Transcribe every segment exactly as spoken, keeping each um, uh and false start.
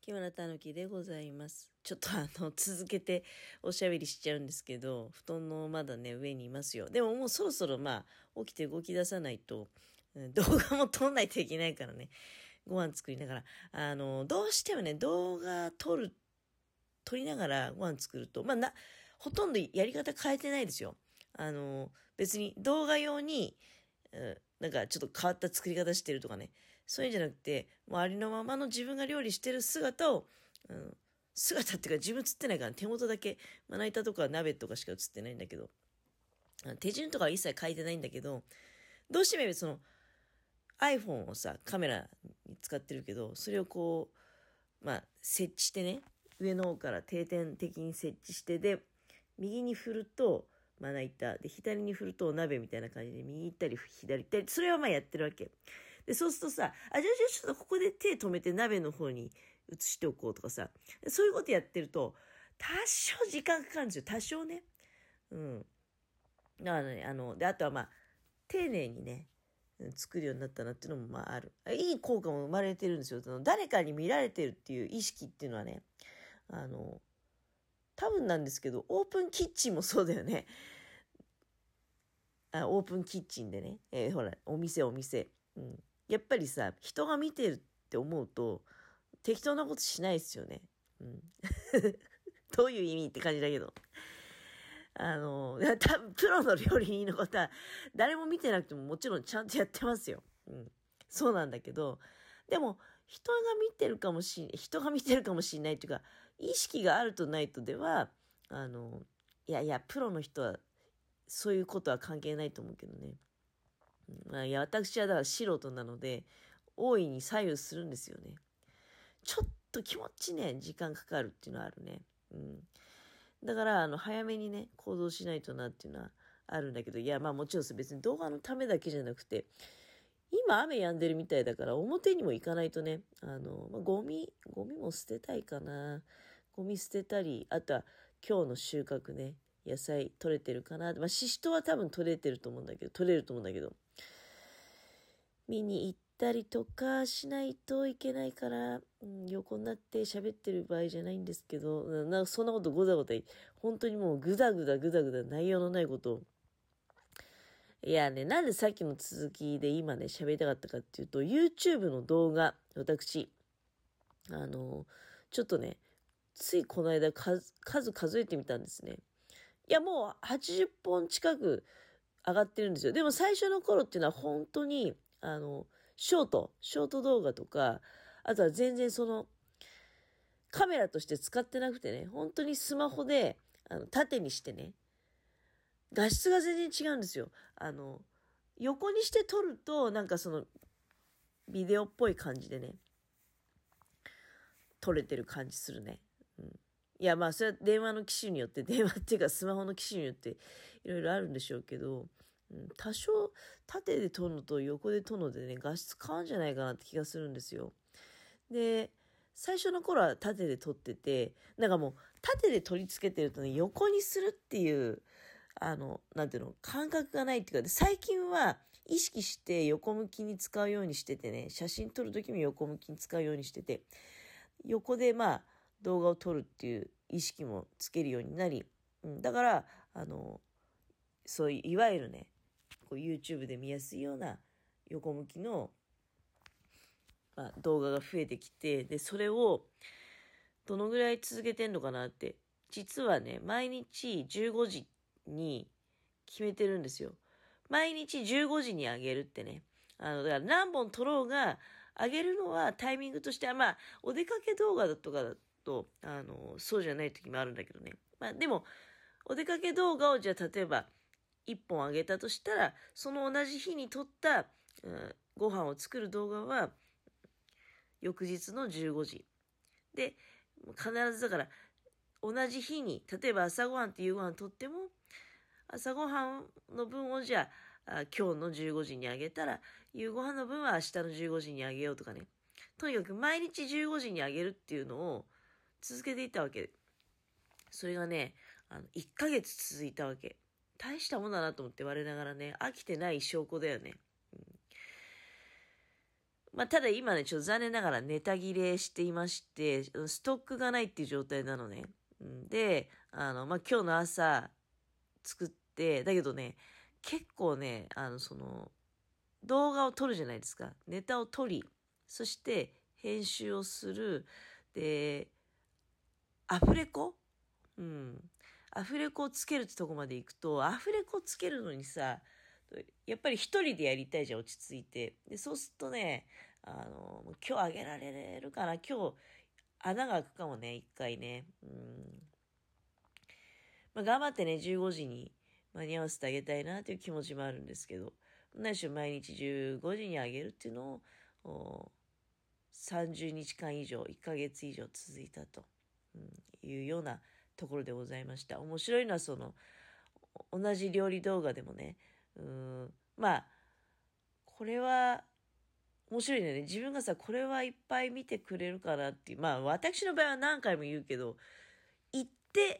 木村たぬきでございます。ちょっとあの、続けておしゃべりしちゃうんですけど、布団のまだね、上にいますよ。でももうそろそろまあ、起きて動き出さないと、動画も撮んないといけないからね。ご飯作りながら。あの、どうしてもね、動画撮る、撮りながらご飯作ると、まあな、ほとんどやり方変えてないですよ。あの、別に動画用に、うん、なんかちょっと変わった作り方してるとかね。そういうんじゃなくて、もうありのままの自分が料理してる姿を、うん、姿っていうか自分映ってないから、手元だけ、まな板とか鍋とかしか映ってないんだけど、手順とかは一切書いてないんだけど、どうしてもその iPhone をさ、カメラに使ってるけど、それをこう、まあ、設置してね、上の方から定点的に設置して、で、右に振ると、まな板、で、左に振るとお鍋みたいな感じで、右行ったり、左行ったり、それはまあやってるわけ。で、そうするとさ、あ、じゃあじゃあちょっとここで手止めて鍋の方に移しておこうとかさ、そういうことやってると、多少時間かかるんですよ。多少ね。うん。だからね、あの、で、あとはまあ、丁寧にね、作るようになったなっていうのもまあある。いい効果も生まれてるんですよ。誰かに見られてるっていう意識っていうのはね、あの、多分なんですけど、オープンキッチンもそうだよね。あ、オープンキッチンでね、えー、ほら、お店お店。うん。やっぱりさ、人が見てるって思うと、適当なことしないですよね。うん。どういう意味って感じだけど。あの、多分プロの料理人の方は、誰も見てなくてももちろんちゃんとやってますよ。うん。そうなんだけど、でも、人が見てるかもしれ、人が見てるかもしれないっていうか、意識があるとないとでは、あの、いやいや、プロの人は、そういうことは関係ないと思うけどね。まあ、いや、私はだから素人なので、大いに左右するんですよね。ちょっと気持ちね、時間かかるっていうのはあるね。うん。だから、あの、早めにね、行動しないとなっていうのはあるんだけど、いや、まあもちろん別に動画のためだけじゃなくて、今雨止んでるみたいだから表にも行かないとね、あの、まあ、ゴミ、ゴミも捨てたいかな。ゴミ捨てたり、あとは今日の収穫ね、野菜取れてるかな。まあ、シシトは多分取れてると思うんだけど、取れると思うんだけど、見に行ったりとかしないといけないから、うん、横になって喋ってる場合じゃないんですけど、なんかそんなことござござ本当にもうぐだぐだぐだぐだ内容のないことを。いやね、なんでさっきの続きで今ね、喋りたかったかっていうと、YouTube の動画、私、あの、ちょっとね、ついこの間数、数数えてみたんですね。いや、もうはちじゅっぽん近く上がってるんですよ。でも最初の頃っていうのは本当に、あの、ショート、ショート動画とか、あとは全然その、カメラとして使ってなくてね、本当にスマホで、あの、縦にしてね、画質が全然違うんですよ。あの、横にして撮ると、なんかその、ビデオっぽい感じでね、撮れてる感じするね。うん。いや、まあ、それは電話の機種によって、電話っていうかスマホの機種によっていろいろあるんでしょうけど、うん、多少縦で撮るのと横で撮るのでね、画質変わるんじゃないかなって気がするんですよ。で、最初の頃は縦で撮ってて、なんかもう縦で取り付けてるとね、横にするっていう、あの、なんていうの、感覚がないっていうか、で最近は意識して横向きに使うようにしててね、写真撮るときも横向きに使うようにしてて、横でまあ動画を撮るっていう意識もつけるようになり、うん、だから、あの、そういう、いわゆるね、こう YouTube で見やすいような横向きの、まあ、動画が増えてきて、で、それをどのぐらい続けてんのかなって、実はね、毎日じゅうごじに決めてるんですよ。毎日じゅうごじにあげるってね。あの、だから何本撮ろうが、あげるのはタイミングとしては、まあ、お出かけ動画とかだと、あの、そうじゃない時もあるんだけどね。まあ、でも、お出かけ動画をじゃあ、例えば、いっぽんあげたとしたら、その同じ日に撮った、うん、ご飯を作る動画は、翌日のじゅうごじ。で、必ずだから、同じ日に、例えば朝ごはんと夕ごはんとっても、朝ごはんの分をじゃあ、あ今日のじゅうごじにあげたら、夕ごはんの分は明日のじゅうごじにあげようとかね。とにかく毎日じゅうごじにあげるっていうのを続けていったわけ。それがね、あの、いっかげつ続いたわけ。大したもんだなと思って我ながらね、飽きてない証拠だよね。 まあ、ただ今ね、ちょっと残念ながらネタ切れしていまして、ストックがないっていう状態なのね。で、あの、まあ、今日の朝作って、だけどね、結構ね、あの、その、動画を撮るじゃないですか。ネタを撮り、そして編集をする。で、アフレコうん。アフレコをつけるってとこまで行くと、アフレコつけるのにさ、やっぱり一人でやりたいじゃん、落ち着いて。で、そうするとね、あの、今日あげられるかな、今日、穴が開くかもね、一回ね。うん。まあ、頑張ってね、じゅうごじに間に合わせてあげたいなという気持ちもあるんですけど、何しろ毎日じゅうごじにあげるっていうのを、さんじゅうにちかん以上、いっかげつ以上続いたと、うん、いうようなところでございました。面白いのはその、同じ料理動画でもね、うーん、まあ、これは、面白いね。自分がさ、これはいっぱい見てくれるかなっていう。まあ、私の場合は何回も言うけど、行って、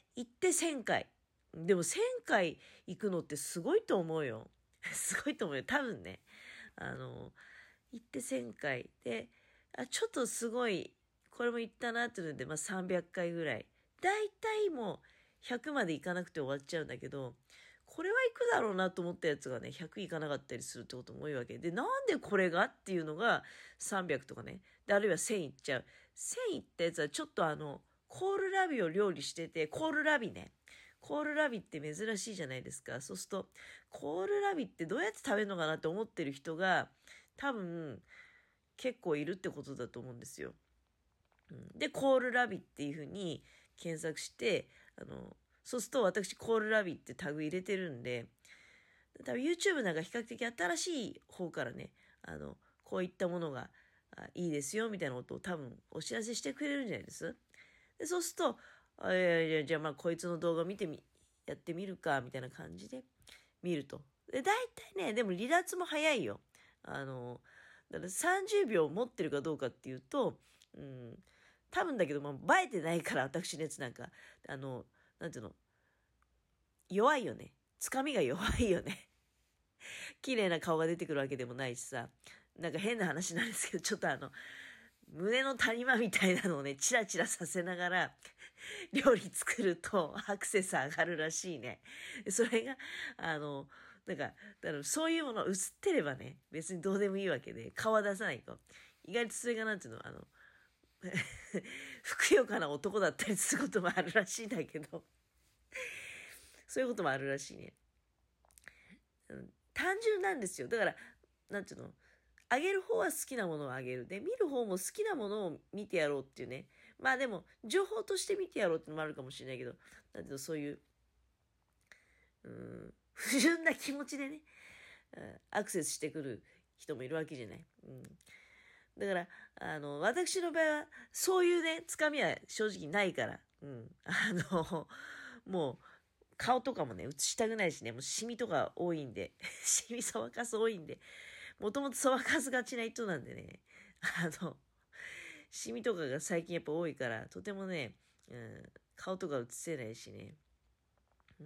行ってせんかい。でもせんかい行くのってすごいと思うよ。すごいと思うよ。多分ね。あの、行ってせんかい。で、あ、ちょっとすごい、これも行ったなっていうので、まあさんびゃっかいぐらい。だいたいもうひゃくまで行かなくて終わっちゃうんだけど、これは行くだろうなと思ったやつがね、ひゃく行かなかったりするってことも多いわけで、なんでこれがっていうのがさんびゃくとかね。で、あるいはせん行っちゃう。せん行ったやつはちょっとあの、コールラビを料理してて、コールラビね。コールラビって珍しいじゃないですか。そうすると、コールラビってどうやって食べるのかなって思ってる人が、多分、結構いるってことだと思うんですよ。うん、で、コールラビっていうふうに検索して、あの、そうすると私、コールラビってタグ入れてるんで、多分 YouTube なんか比較的新しい方からね、あの、こういったものがいいですよ、みたいなことを多分お知らせしてくれるんじゃないです。で、そうすると、あいやいやじゃあまあこいつの動画見てみ、やってみるか、みたいな感じで見ると。で、大体ね、でも離脱も早いよ。あの、だからさんじゅうびょう持ってるかどうかっていうと、うん、多分だけど、まあ、映えてないから、私のやつなんか、あの、なんていうの、弱いよね。つかみが弱いよね。綺麗な顔が出てくるわけでもないしさ、なんか変な話なんですけど、ちょっとあの、胸の谷間みたいなのをね、チラチラさせながら、料理作るとアクセス上がるらしいね。それが、あの、なんか、だからそういうもの映ってればね、別にどうでもいいわけで、顔は出さないと。意外とそれがなんていうの、あの、ふくよかな男だったりすることもあるらしいんだけど、そういうこともあるらしいね。うん、単純なんですよ。だから、なんていうの、あげる方は好きなものをあげる。で、見る方も好きなものを見てやろうっていうね。まあでも、情報として見てやろうってのもあるかもしれないけど、なんていうの、そういう、うん、不純な気持ちでね、アクセスしてくる人もいるわけじゃない。うん、だから、あの、私の場合は、そういうね、つかみは正直ないから、うん、あの、もう、顔とかもね、映したくないしね、もうシミとか多いんで、シミそばかす多いんで、もともとそばかすがちな人なんでね、あの、シミとかが最近やっぱ多いから、とてもね、うん、顔とか映せないしね、うん、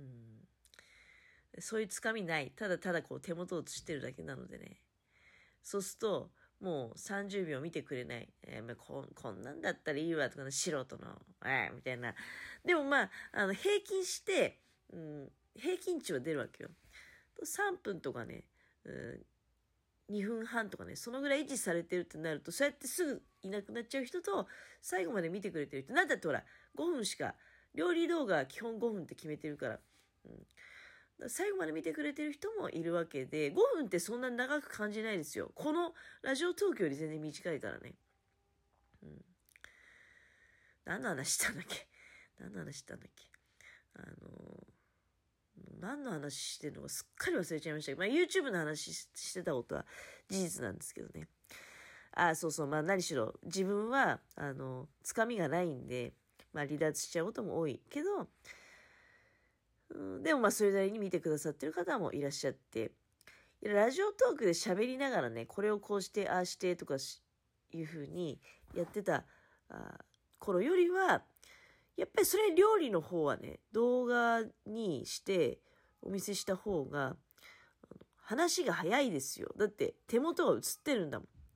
そういうつかみない。ただただこう手元を映してるだけなのでね。そうすると、もうさんじゅうびょう見てくれない。えー、まあ、ここんなんだったらいいわとかね、素人の、えー、みたいな。でもまあ、あの、平均して、うん、平均値は出るわけよ。さんぷんとかね、うん、にふんはんとかね、そのぐらい維持されてるってなると、そうやってすぐいなくなっちゃう人と、最後まで見てくれてる人、なんだってほら、ごふんしか、料理動画は基本ごふんって決めてるから、うん、最後まで見てくれてる人もいるわけで、ごふんってそんなに長く感じないですよ。このラジオトークより全然短いからね。うん。何の話したんだっけ何の話したんだっけあのー、何の話してるのかすっかり忘れちゃいましたけど、まあ YouTube の話してたことは事実なんですけどね。あ、そうそう、まあ何しろ、自分は、あの、つかみがないんで、まあ離脱しちゃうことも多いけど、うん、でもまあそれなりに見てくださってる方もいらっしゃって、ラジオトークで喋りながらね、これをこうして、ああしてとかいう風にやってたあ頃よりは、やっぱりそれ料理の方はね、動画にしてお見せした方が、話が早いですよ。だって手元が映ってるんだもん。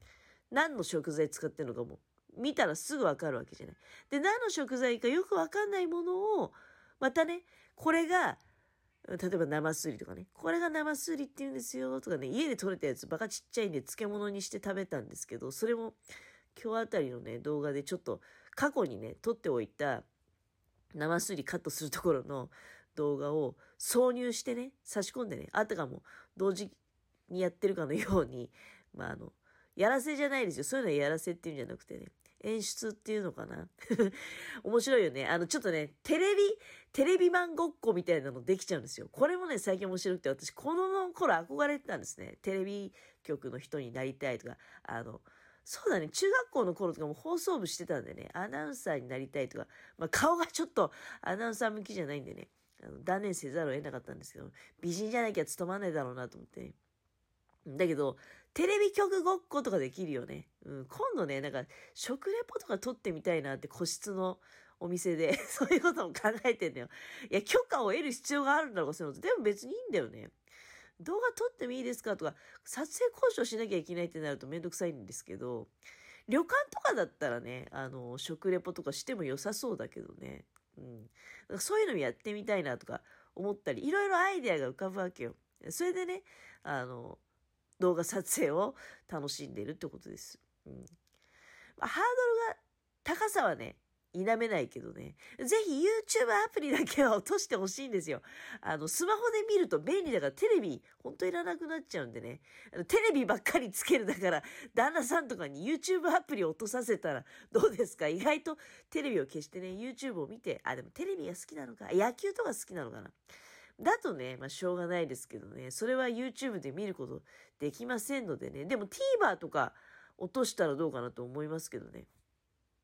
何の食材使ってるのかも見たらすぐわかるわけじゃない。で、何の食材かよくわかんないものを、またね、これが、例えば生すりとかね、これが生すりって言うんですよとかね、家で採れたやつバカちっちゃいんで漬物にして食べたんですけど、それも今日あたりのね、動画でちょっと過去にね、撮っておいた生すりカットするところの動画を挿入してね、差し込んでね、あたかも同時にやってるかのように、まあ、あの、やらせじゃないですよ。そういうのはやらせっていうんじゃなくてね、演出っていうのかな。面白いよね。あの、ちょっとね、テレビ、テレビマンごっこみたいなのできちゃうんですよ。これもね、最近面白くて、私、子供の頃憧れてたんですね。テレビ局の人になりたいとか、あの、そうだね、中学校の頃とかも放送部してたんでね、アナウンサーになりたいとか、まあ、顔がちょっとアナウンサー向きじゃないんでね、あの断念せざるを得なかったんですけど、美人じゃなきゃ務まんないだろうなと思ってね。だけど、テレビ局ごっことかできるよね。うん、今度ね、なんか、食レポとか撮ってみたいなって個室のお店で、そういうことも考えてんだよ。いや、許可を得る必要があるんだろうか、そういうの。でも別にいいんだよね。動画撮ってもいいですかとか、撮影交渉しなきゃいけないってなるとめんどくさいんですけど、旅館とかだったらね、あの、食レポとかしても良さそうだけどね。うん。だからそういうのもやってみたいなとか思ったり、いろいろアイデアが浮かぶわけよ。それでね、あの、動画撮影を楽しんでいるってことです。うん。まあ、ハードルが高さはね、否めないけどね。ぜひ YouTube アプリだけは落としてほしいんですよ。あの、スマホで見ると便利だからテレビ、ほんといらなくなっちゃうんでね。テレビばっかりつけるだから、旦那さんとかに YouTube アプリを落とさせたらどうですか？意外とテレビを消してね、YouTube を見て、あ、でもテレビが好きなのか、野球とか好きなのかな。だとね、まあ、しょうがないですけどね、それは YouTube で見ることできませんのでね、でも TVer とか落としたらどうかなと思いますけどね。